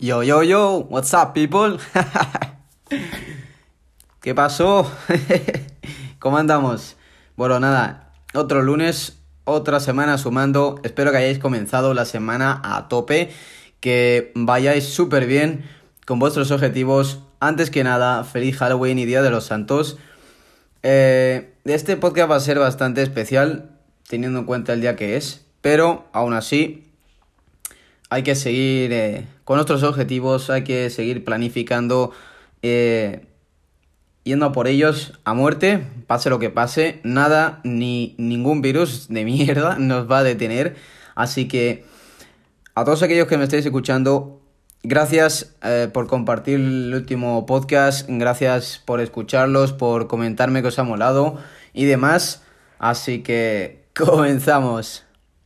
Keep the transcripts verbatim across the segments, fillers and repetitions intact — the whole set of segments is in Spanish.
Yo, yo, yo, what's up, people? ¿Qué pasó? ¿Cómo andamos? Bueno, nada, otro lunes, otra semana sumando. Espero que hayáis comenzado la semana a tope, que vayáis súper bien con vuestros objetivos. Antes que nada, feliz Halloween y Día de los Santos. Eh, este podcast va a ser bastante especial, teniendo en cuenta el día que es, pero aún así hay que seguir eh, con nuestros objetivos, hay que seguir planificando, eh, yendo a por ellos a muerte, pase lo que pase. Nada ni ningún virus de mierda nos va a detener. Así que a todos aquellos que me estáis escuchando, gracias eh, por compartir el último podcast, gracias por escucharlos, por comentarme que os ha molado y demás. Así que comenzamos.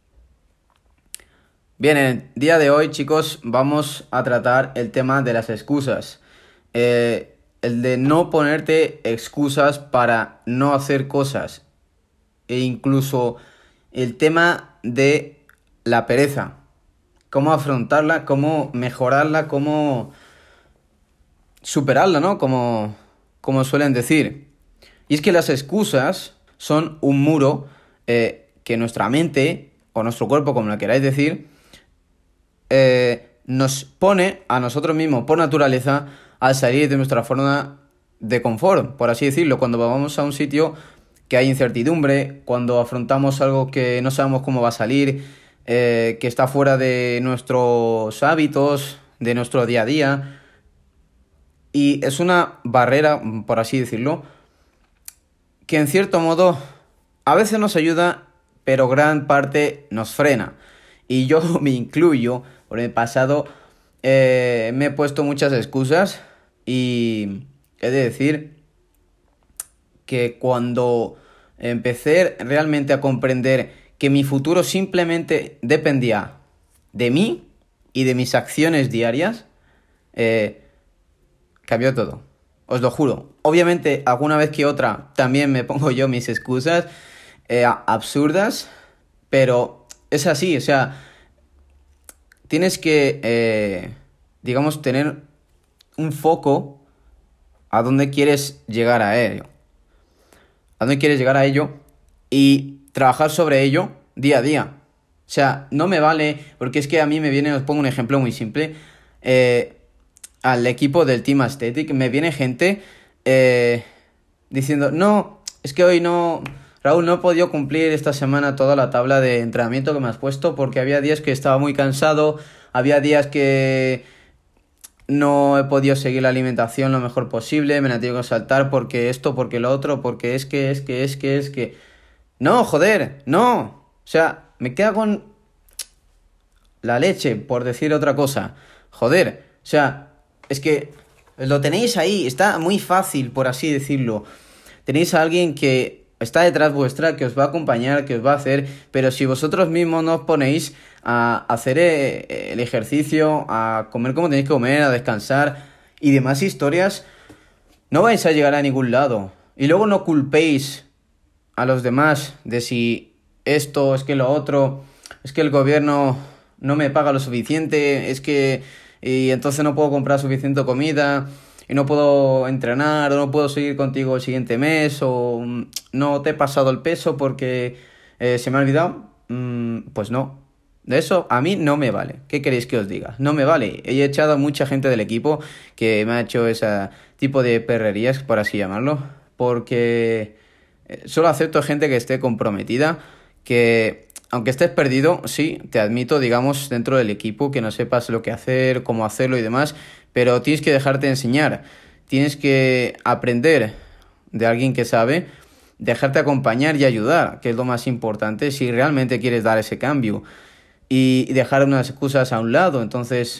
Bien, en el día de hoy, chicos, vamos a tratar el tema de las excusas. Eh, el de no ponerte excusas para no hacer cosas. E incluso el tema de la pereza. Cómo afrontarla, cómo mejorarla, cómo superarla, ¿no? Como, como suelen decir. Y es que las excusas son un muro eh, que nuestra mente, o nuestro cuerpo, como la queráis decir, Eh, nos pone a nosotros mismos por naturaleza al salir de nuestra zona de confort, por así decirlo. Cuando vamos a un sitio que hay incertidumbre, cuando afrontamos algo que no sabemos cómo va a salir, eh, que está fuera de nuestros hábitos, de nuestro día a día, y es una barrera, por así decirlo, que en cierto modo a veces nos ayuda, pero gran parte nos frena. Y yo me incluyo. Por el pasado eh, me he puesto muchas excusas y he de decir que cuando empecé realmente a comprender que mi futuro simplemente dependía de mí y de mis acciones diarias, eh, cambió todo. Os lo juro. Obviamente alguna vez que otra también me pongo yo mis excusas eh, absurdas, pero es así, o sea, tienes que, eh, digamos, tener un foco a dónde quieres llegar a ello. A dónde quieres llegar a ello y trabajar sobre ello día a día. O sea, no me vale, porque es que a mí me viene, os pongo un ejemplo muy simple, eh, al equipo del Team Aesthetic me viene gente eh, diciendo, no, es que hoy no... Raúl, no he podido cumplir esta semana toda la tabla de entrenamiento que me has puesto porque había días que estaba muy cansado, había días que no he podido seguir la alimentación lo mejor posible, me la tengo que saltar porque esto, porque lo otro, porque es que, es que, es que, es que... No, joder, no. O sea, me queda con la leche, por decir otra cosa. Joder, o sea, es que lo tenéis ahí, está muy fácil, por así decirlo. Tenéis a alguien que está detrás vuestra, que os va a acompañar, que os va a hacer, pero si vosotros mismos no os ponéis a hacer el ejercicio, a comer como tenéis que comer, a descansar y demás historias, no vais a llegar a ningún lado. Y luego no culpéis a los demás de si esto, es que lo otro, es que el gobierno no me paga lo suficiente, es que y entonces no puedo comprar suficiente comida y no puedo entrenar, o no puedo seguir contigo el siguiente mes, o no te he pasado el peso porque eh, se me ha olvidado. Mm, pues no, de eso a mí no me vale. ¿Qué queréis que os diga? No me vale. He echado a mucha gente del equipo que me ha hecho ese tipo de perrerías, por así llamarlo, porque solo acepto gente que esté comprometida, que aunque estés perdido, sí, te admito, digamos, dentro del equipo, que no sepas lo que hacer, cómo hacerlo y demás, pero tienes que dejarte enseñar, tienes que aprender de alguien que sabe, dejarte acompañar y ayudar, que es lo más importante si realmente quieres dar ese cambio, y dejar unas excusas a un lado. Entonces,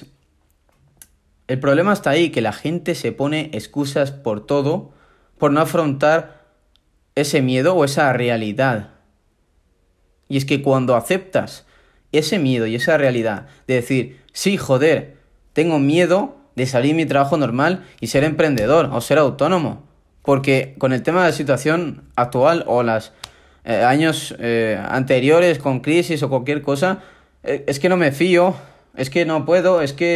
el problema está ahí, que la gente se pone excusas por todo, por no afrontar ese miedo o esa realidad. Y es que cuando aceptas ese miedo y esa realidad de decir, sí, joder, tengo miedo de salir de mi trabajo normal y ser emprendedor o ser autónomo, porque con el tema de la situación actual o los eh, años eh, anteriores con crisis o cualquier cosa, eh, es que no me fío, es que no puedo, es que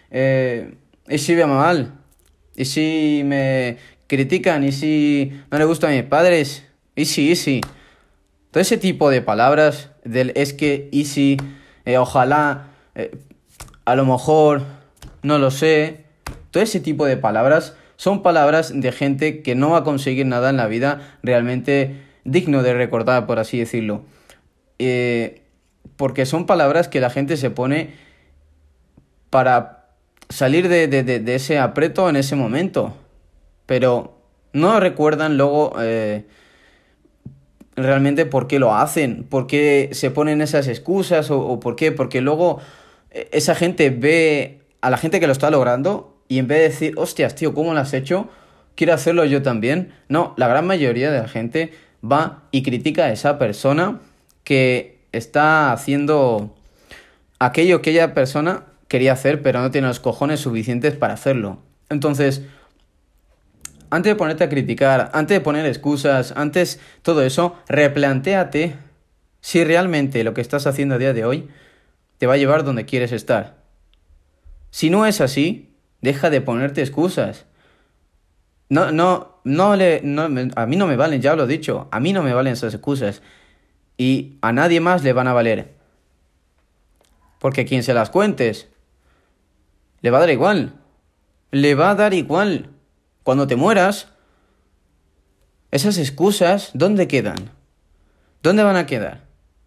Eh, ¿y si me va mal? ¿Y si me critican? ¿Y si no le gustan a mis padres? ¿Y si, y si? Todo ese tipo de palabras del es que, y si, eh, ojalá, eh, a lo mejor, no lo sé. Todo ese tipo de palabras son palabras de gente que no va a conseguir nada en la vida realmente digno de recordar, por así decirlo. Eh, porque son palabras que la gente se pone para salir de, de, de, de ese aprieto en ese momento. Pero no recuerdan luego eh, realmente por qué lo hacen, por qué se ponen esas excusas o, o por qué. Porque luego eh, esa gente ve a la gente que lo está logrando y en vez de decir, hostias, tío, ¿cómo lo has hecho? Quiero hacerlo yo también. No, la gran mayoría de la gente va y critica a esa persona que está haciendo aquello que ella persona quería hacer, pero no tiene los cojones suficientes para hacerlo. Entonces, antes de ponerte a criticar, antes de poner excusas, antes todo eso, replantéate si realmente lo que estás haciendo a día de hoy te va a llevar donde quieres estar. Si no es así, deja de ponerte excusas. No, no, no le, no, a mí no me valen, ya lo he dicho, a mí no me valen esas excusas. Y a nadie más le van a valer. Porque quien se las cuentes, le va a dar igual. Le va a dar igual. Cuando te mueras, esas excusas, ¿dónde quedan? ¿Dónde van a quedar?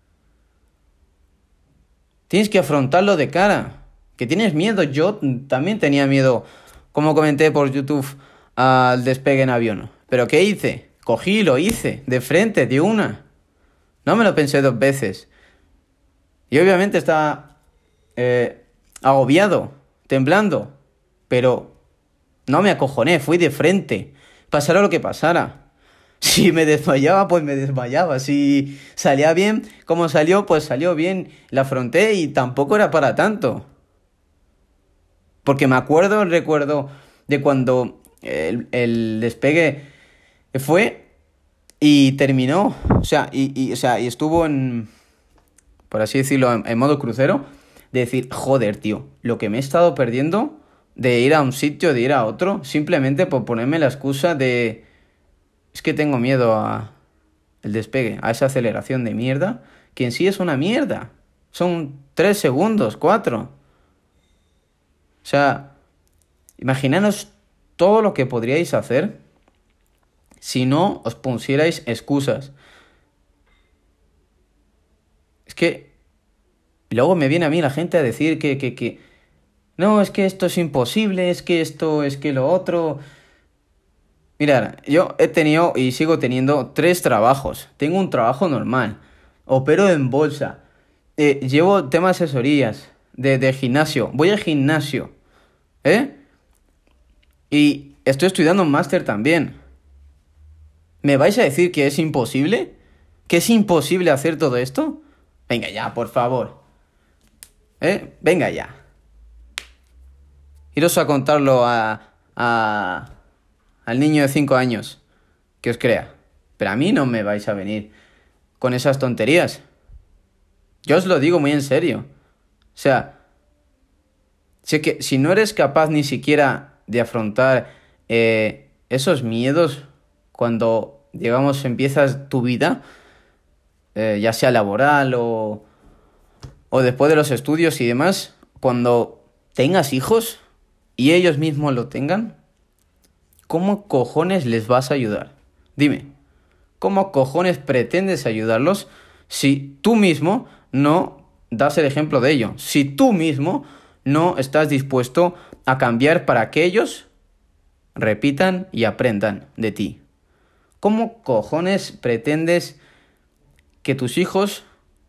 Tienes que afrontarlo de cara. Que tienes miedo. Yo también tenía miedo, como comenté por YouTube, al despegue en avión. ¿Pero qué hice? Cogí y lo hice, de frente, de una. No me lo pensé dos veces. Y obviamente estaba eh, agobiado, temblando. Pero no me acojoné, fui de frente. Pasara lo que pasara. Si me desmayaba, pues me desmayaba. Si salía bien, como salió, pues salió bien. La afronté y tampoco era para tanto. Porque me acuerdo, recuerdo de cuando el, el despegue fue y terminó. O sea, y, y, o sea, y estuvo en, por así decirlo, en, en modo crucero. De decir, joder, tío, lo que me he estado perdiendo de ir a un sitio, de ir a otro, simplemente por ponerme la excusa de... Es que tengo miedo a el despegue, a esa aceleración de mierda, que en sí es una mierda. Son tres segundos, cuatro. O sea, imaginaros todo lo que podríais hacer si no os pusierais excusas. Es que luego me viene a mí la gente a decir que, que, que no, es que esto es imposible, es que esto, es que lo otro. Mirad, yo he tenido y sigo teniendo tres trabajos. Tengo un trabajo normal, opero en bolsa, eh, llevo temas de asesorías, de, de gimnasio, voy al gimnasio, ¿eh? Y estoy estudiando un máster también. ¿Me vais a decir que es imposible? ¿Que es imposible hacer todo esto? Venga ya, por favor. ¿Eh? Venga ya. Iros a contarlo a, a, al niño de cinco años que os crea. Pero a mí no me vais a venir con esas tonterías. Yo os lo digo muy en serio. O sea, sé que si no eres capaz ni siquiera de afrontar eh, esos miedos cuando, digamos, empiezas tu vida, eh, ya sea laboral o, o después de los estudios y demás, cuando tengas hijos y ellos mismos lo tengan, ¿cómo cojones les vas a ayudar? Dime, ¿cómo cojones pretendes ayudarlos si tú mismo no das el ejemplo de ello? Si tú mismo no estás dispuesto a cambiar para que ellos repitan y aprendan de ti. ¿Cómo cojones pretendes que tus hijos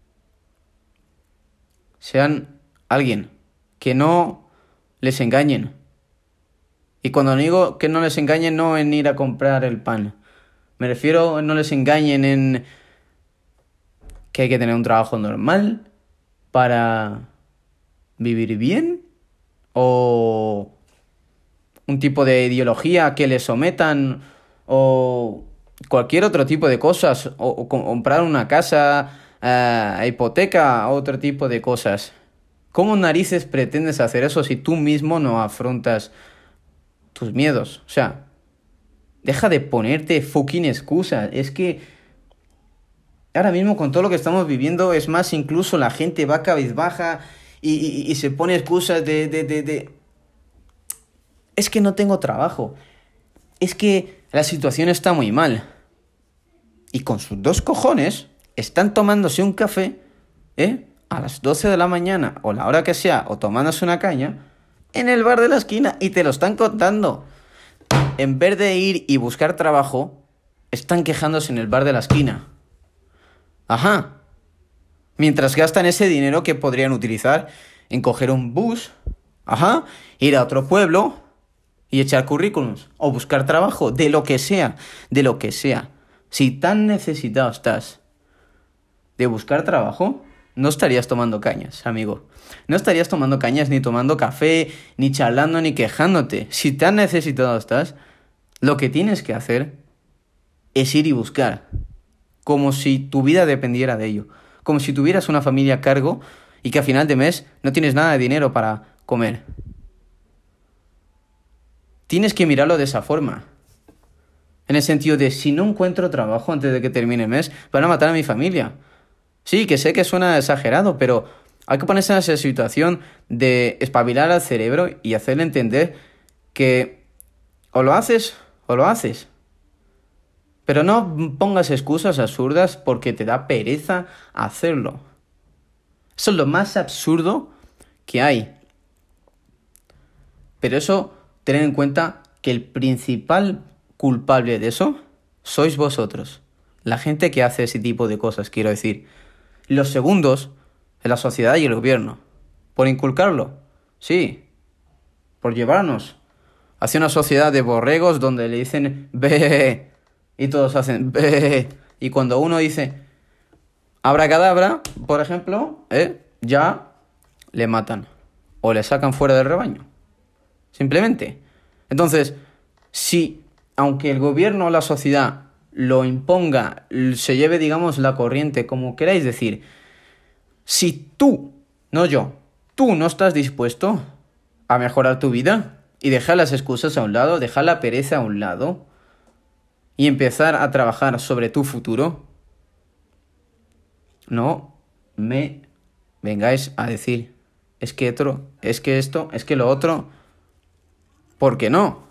sean alguien que no les engañen? Y cuando digo que no les engañen, no en ir a comprar el pan. Me refiero a no les engañen en que hay que tener un trabajo normal para vivir bien, o un tipo de ideología que les sometan, o cualquier otro tipo de cosas, o, o comprar una casa, uh, hipoteca, otro tipo de cosas. ¿Cómo narices pretendes hacer eso si tú mismo no afrontas tus miedos? O sea, deja de ponerte fucking excusas. Es que ahora mismo con todo lo que estamos viviendo, es más, incluso la gente va cabizbaja y, y, y se pone excusas de, de, de, de... Es que no tengo trabajo. Es que la situación está muy mal. Y con sus dos cojones están tomándose un café, ¿eh? A las doce de la mañana o la hora que sea, o tomándose una caña en el bar de la esquina y te lo están contando. En vez de ir y buscar trabajo, están quejándose en el bar de la esquina. Ajá. Mientras gastan ese dinero que podrían utilizar en coger un bus, ajá, ir a otro pueblo y echar currículums o buscar trabajo, de lo que sea, de lo que sea. Si tan necesitado estás de buscar trabajo, no estarías tomando cañas, amigo. No estarías tomando cañas, ni tomando café, ni charlando, ni quejándote. Si tan necesitado estás, lo que tienes que hacer es ir y buscar. Como si tu vida dependiera de ello. Como si tuvieras una familia a cargo y que a final de mes no tienes nada de dinero para comer. Tienes que mirarlo de esa forma. En el sentido de, si no encuentro trabajo antes de que termine el mes, van a matar a mi familia. Sí, que sé que suena exagerado, pero hay que ponerse en esa situación de espabilar al cerebro y hacerle entender que o lo haces o lo haces. Pero no pongas excusas absurdas porque te da pereza hacerlo. Eso es lo más absurdo que hay. Pero eso, tened en cuenta que el principal culpable de eso sois vosotros. La gente que hace ese tipo de cosas, quiero decir. Los segundos, es la sociedad y el gobierno. Por inculcarlo, sí. Por llevarnos hacia una sociedad de borregos donde le dicen ve y todos hacen ve. Y cuando uno dice abracadabra, por ejemplo, ¿eh? ya le matan o le sacan fuera del rebaño. Simplemente. Entonces, si aunque el gobierno o la sociedad lo imponga, se lleve, digamos, la corriente, como queráis decir, si tú, no yo, tú no estás dispuesto a mejorar tu vida y dejar las excusas a un lado, dejar la pereza a un lado y empezar a trabajar sobre tu futuro, no me vengáis a decir, es que otro, es que esto, es que lo otro, ¿por qué no?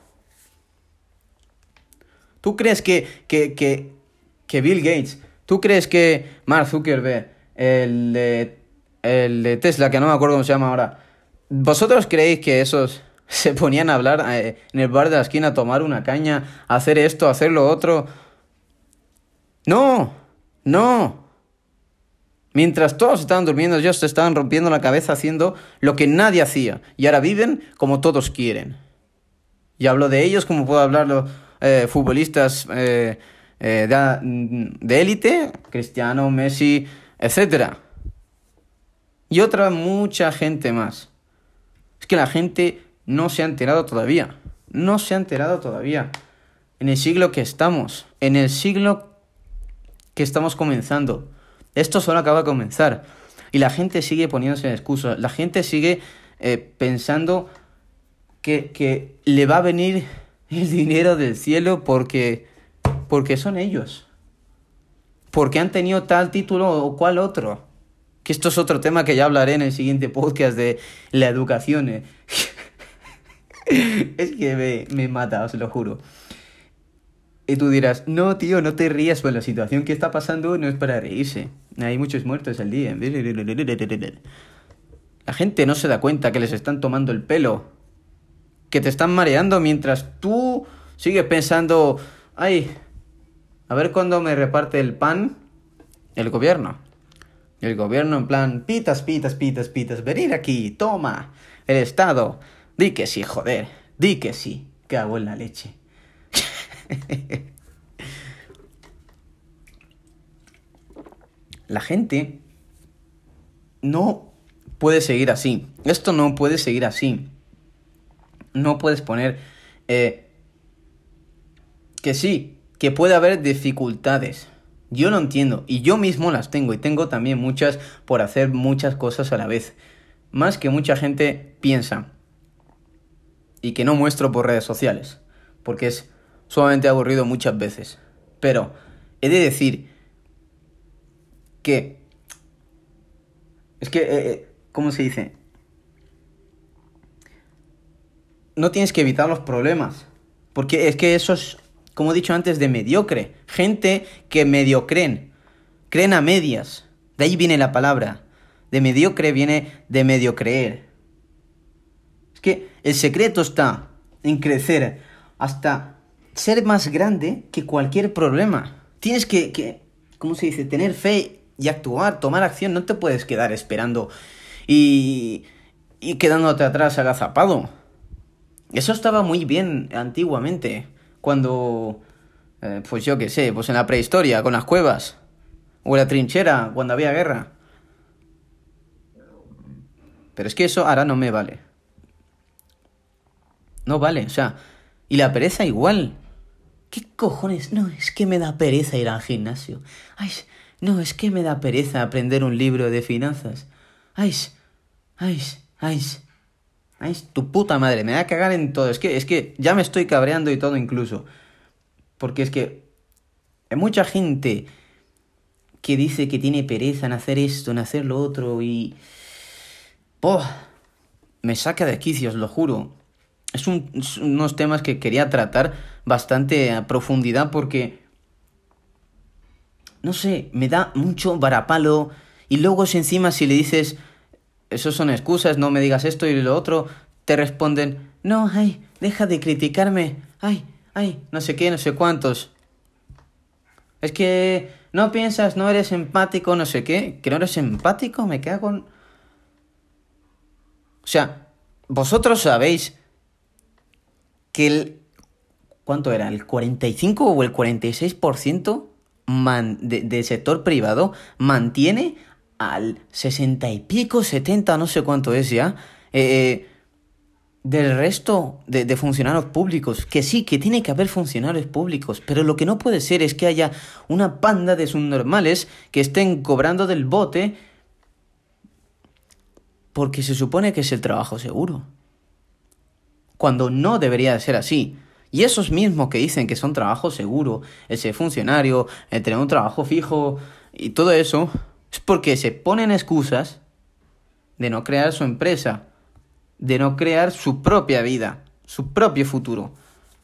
¿Tú crees que, que, que, que Bill Gates, tú crees que Mark Zuckerberg, el de, el de Tesla, que no me acuerdo cómo se llama ahora, vosotros creéis que esos se ponían a hablar eh, en el bar de la esquina, a tomar una caña, a hacer esto, a hacer lo otro? No, no. Mientras todos estaban durmiendo, ellos se estaban rompiendo la cabeza haciendo lo que nadie hacía. Y ahora viven como todos quieren. Y hablo de ellos como puedo hablarlo eh, futbolistas eh, eh, de, de élite, Cristiano, Messi, etcétera. Y otra mucha gente más. Es que la gente no se ha enterado todavía. No se ha enterado todavía. En el siglo que estamos. En el siglo que estamos comenzando. Esto solo acaba de comenzar. Y la gente sigue poniéndose en excusas. La gente sigue eh, pensando que, que le va a venir el dinero del cielo porque, porque son ellos. Porque han tenido tal título o cual otro. Que esto es otro tema que ya hablaré en el siguiente podcast de la educación. ¿eh? Es que me, me mata, os lo juro. Y tú dirás, no, tío, no te rías, pues la situación que está pasando no es para reírse. Hay muchos muertos al día. La gente no se da cuenta que les están tomando el pelo. Que te están mareando mientras tú sigues pensando, ay, a ver cuándo me reparte el pan el gobierno. El gobierno en plan, pitas, pitas, pitas, pitas, venir aquí, toma, el Estado. Di que sí, joder, di que sí, que hago en la leche. La gente no puede seguir así. Esto no puede seguir así. No puedes poner eh, que sí, que puede haber dificultades. Yo lo entiendo y yo mismo las tengo y tengo también muchas por hacer muchas cosas a la vez. más que mucha gente piensa y que no muestro por redes sociales, porque es sumamente aburrido muchas veces. Pero he de decir que... Es que, eh, ¿cómo se dice? No tienes que evitar los problemas, porque es que eso es, como he dicho antes, de mediocre. Gente que medio creen, creen a medias. De ahí viene la palabra. De mediocre viene de medio creer. Es que el secreto está en crecer hasta ser más grande que cualquier problema. Tienes que, que, ¿cómo se dice? Tener fe y actuar, tomar acción. No te puedes quedar esperando y, y quedándote atrás agazapado. Eso estaba muy bien antiguamente, cuando, eh, pues yo qué sé, pues en la prehistoria, con las cuevas, o en la trinchera, cuando había guerra. Pero es que eso ahora no me vale. No vale, o sea, y la pereza igual. ¿Qué cojones? No, es que me da pereza ir al gimnasio. Ay, no, es que me da pereza aprender un libro de finanzas. Ay, ay, ay, ay, tu puta madre, me va a cagar en todo. Es que, es que ya me estoy cabreando y todo incluso. Porque es que hay mucha gente que dice que tiene pereza en hacer esto, en hacer lo otro y... ¡Oh! Me saca de quicio, os lo juro. Es, un, es unos temas que quería tratar bastante a profundidad porque... No sé, me da mucho varapalo. Y luego si encima si le dices... Esos son excusas, no me digas esto y lo otro... Te responden... No, ay, deja de criticarme. Ay, ay, no sé qué, no sé cuántos. Es que no piensas, no eres empático, no sé qué. ¿Que no eres empático? Me cago en... O sea, vosotros sabéis que el... ¿Cuánto era? ¿El cuarenta y cinco o el cuarenta y seis por ciento man, de, del sector privado mantiene al sesenta y pico, setenta, no sé cuánto es ya, eh, del resto de, de funcionarios públicos? Que sí, que tiene que haber funcionarios públicos, pero lo que no puede ser es que haya una panda de subnormales que estén cobrando del bote porque se supone que es el trabajo seguro, cuando no debería de ser así. Y esos mismos que dicen que son trabajo seguro, ese funcionario, el tener un trabajo fijo y todo eso, es porque se ponen excusas de no crear su empresa, de no crear su propia vida, su propio futuro.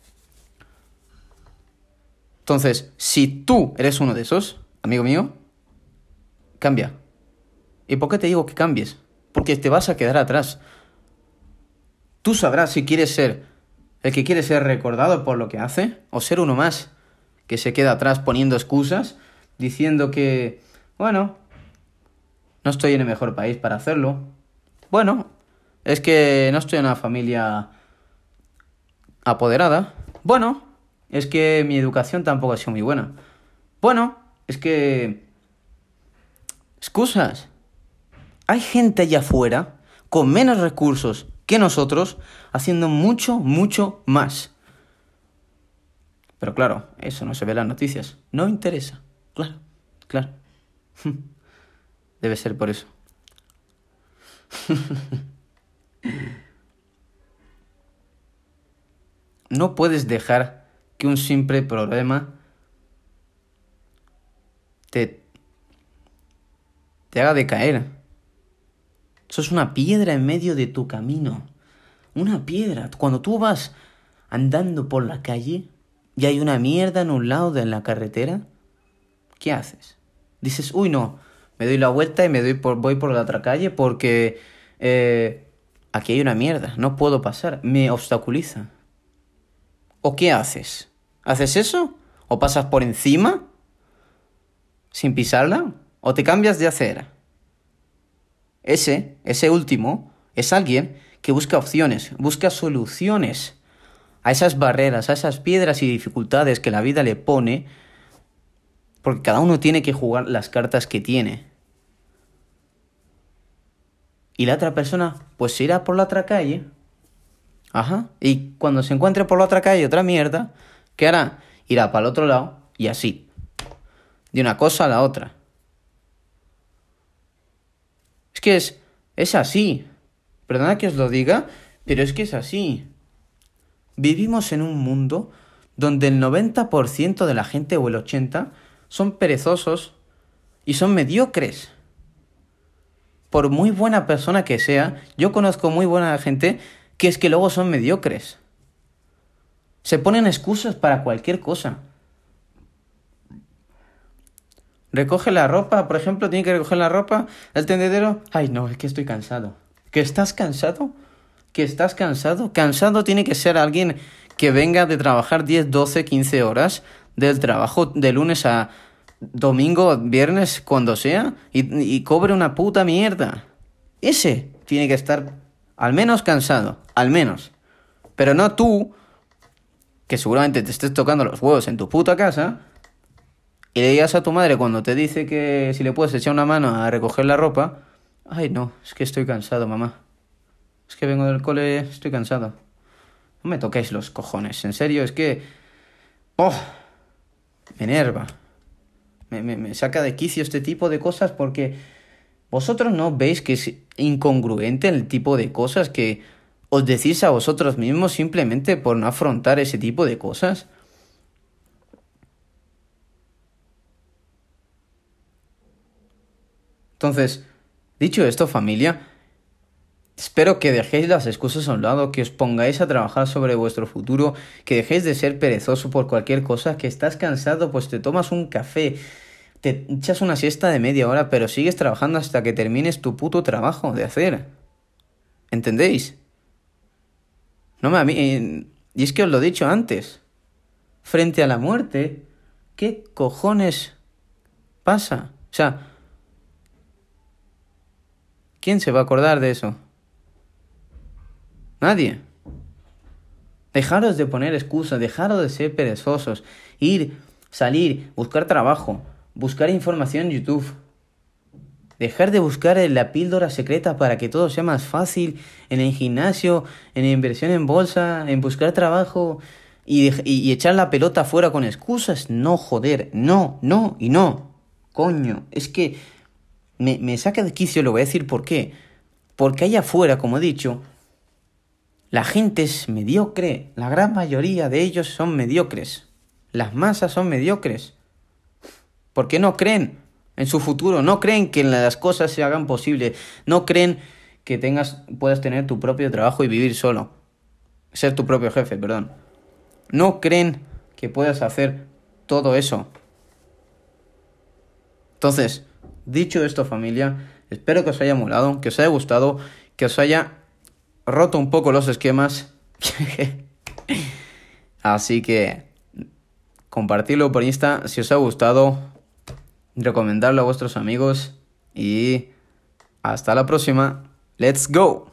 Entonces, si tú eres uno de esos, amigo mío, cambia. ¿Y por qué te digo que cambies? Porque te vas a quedar atrás. Tú sabrás si quieres ser el que quiere ser recordado por lo que hace, o ser uno más que se queda atrás poniendo excusas, diciendo que, bueno, no estoy en el mejor país para hacerlo. Bueno, es que no estoy en una familia apoderada. Bueno, es que mi educación tampoco ha sido muy buena. Bueno, es que... excusas. Hay gente allá afuera con menos recursos que nosotros haciendo mucho, mucho más. Pero claro, eso no se ve en las noticias. No interesa. Claro, claro. Debe ser por eso. No puedes dejar que un simple problema te, te haga decaer. Eso es una piedra en medio de tu camino. Una piedra. Cuando tú vas andando por la calle y hay una mierda en un lado de la carretera, ¿qué haces? Dices, uy, no, me doy la vuelta y me doy por, voy por la otra calle porque eh, aquí hay una mierda, no puedo pasar, me obstaculiza. ¿O qué haces? ¿Haces eso? ¿O pasas por encima sin pisarla? ¿O te cambias de acera? Ese, ese último, es alguien que busca opciones, busca soluciones a esas barreras, a esas piedras y dificultades que la vida le pone, porque cada uno tiene que jugar las cartas que tiene. Y la otra persona, pues se irá por la otra calle. Ajá. Y cuando se encuentre por la otra calle otra mierda, ¿qué hará? Irá para el otro lado y así. De una cosa a la otra. Es que es, es así. Perdona que os lo diga, pero es que es así. Vivimos en un mundo donde el noventa por ciento de la gente o el ochenta por ciento son perezosos y son mediocres. Por muy buena persona que sea, yo conozco muy buena gente que es que luego son mediocres. Se ponen excusas para cualquier cosa. Recoge la ropa, por ejemplo, tiene que recoger la ropa, el tendedero. Ay, no, es que estoy cansado. ¿Que estás cansado? ¿Que estás cansado? Cansado tiene que ser alguien que venga de trabajar diez, doce, quince horas del trabajo de lunes a domingo, viernes, cuando sea, y, y cobre una puta mierda. Ese tiene que estar al menos cansado, al menos. Pero no tú, que seguramente te estés tocando los huevos en tu puta casa, y le digas a tu madre cuando te dice que si le puedes echar una mano a recoger la ropa, ay no, es que estoy cansado, mamá. Es que vengo del cole, estoy cansado. No me toquéis los cojones, en serio, es que... ¡Oh! Me enerva. Me, me, me saca de quicio este tipo de cosas porque vosotros no veis que es incongruente el tipo de cosas que os decís a vosotros mismos simplemente por no afrontar ese tipo de cosas. Entonces, dicho esto, familia, espero que dejéis las excusas a un lado, que os pongáis a trabajar sobre vuestro futuro, que dejéis de ser perezoso por cualquier cosa, que estás cansado, pues te tomas un café, te echas una siesta de media hora, pero sigues trabajando hasta que termines tu puto trabajo de hacer. ¿Entendéis? No me a mí, eh, y es que os lo he dicho antes. Frente a la muerte, ¿qué cojones pasa? O sea, ¿quién se va a acordar de eso? Nadie. Dejaros de poner excusas, dejaros de ser perezosos, ir, salir, buscar trabajo, buscar información en YouTube. Dejar de buscar la píldora secreta para que todo sea más fácil en el gimnasio, en la inversión en bolsa, en buscar trabajo y, de- y, y echar la pelota fuera con excusas. No, joder, no, no y no. Coño, es que me, me saca de quicio, lo voy a decir por qué. Porque allá afuera, como he dicho, la gente es mediocre. La gran mayoría de ellos son mediocres. Las masas son mediocres. ¿Por qué no creen en su futuro? No creen que las cosas se hagan posibles. No creen que tengas, puedas tener tu propio trabajo y vivir solo. Ser tu propio jefe, perdón. No creen que puedas hacer todo eso. Entonces, dicho esto, familia, espero que os haya molado, que os haya gustado, que os haya roto un poco los esquemas. Así que compartidlo por Insta si os ha gustado, recomendarlo a vuestros amigos y hasta la próxima. Let's go.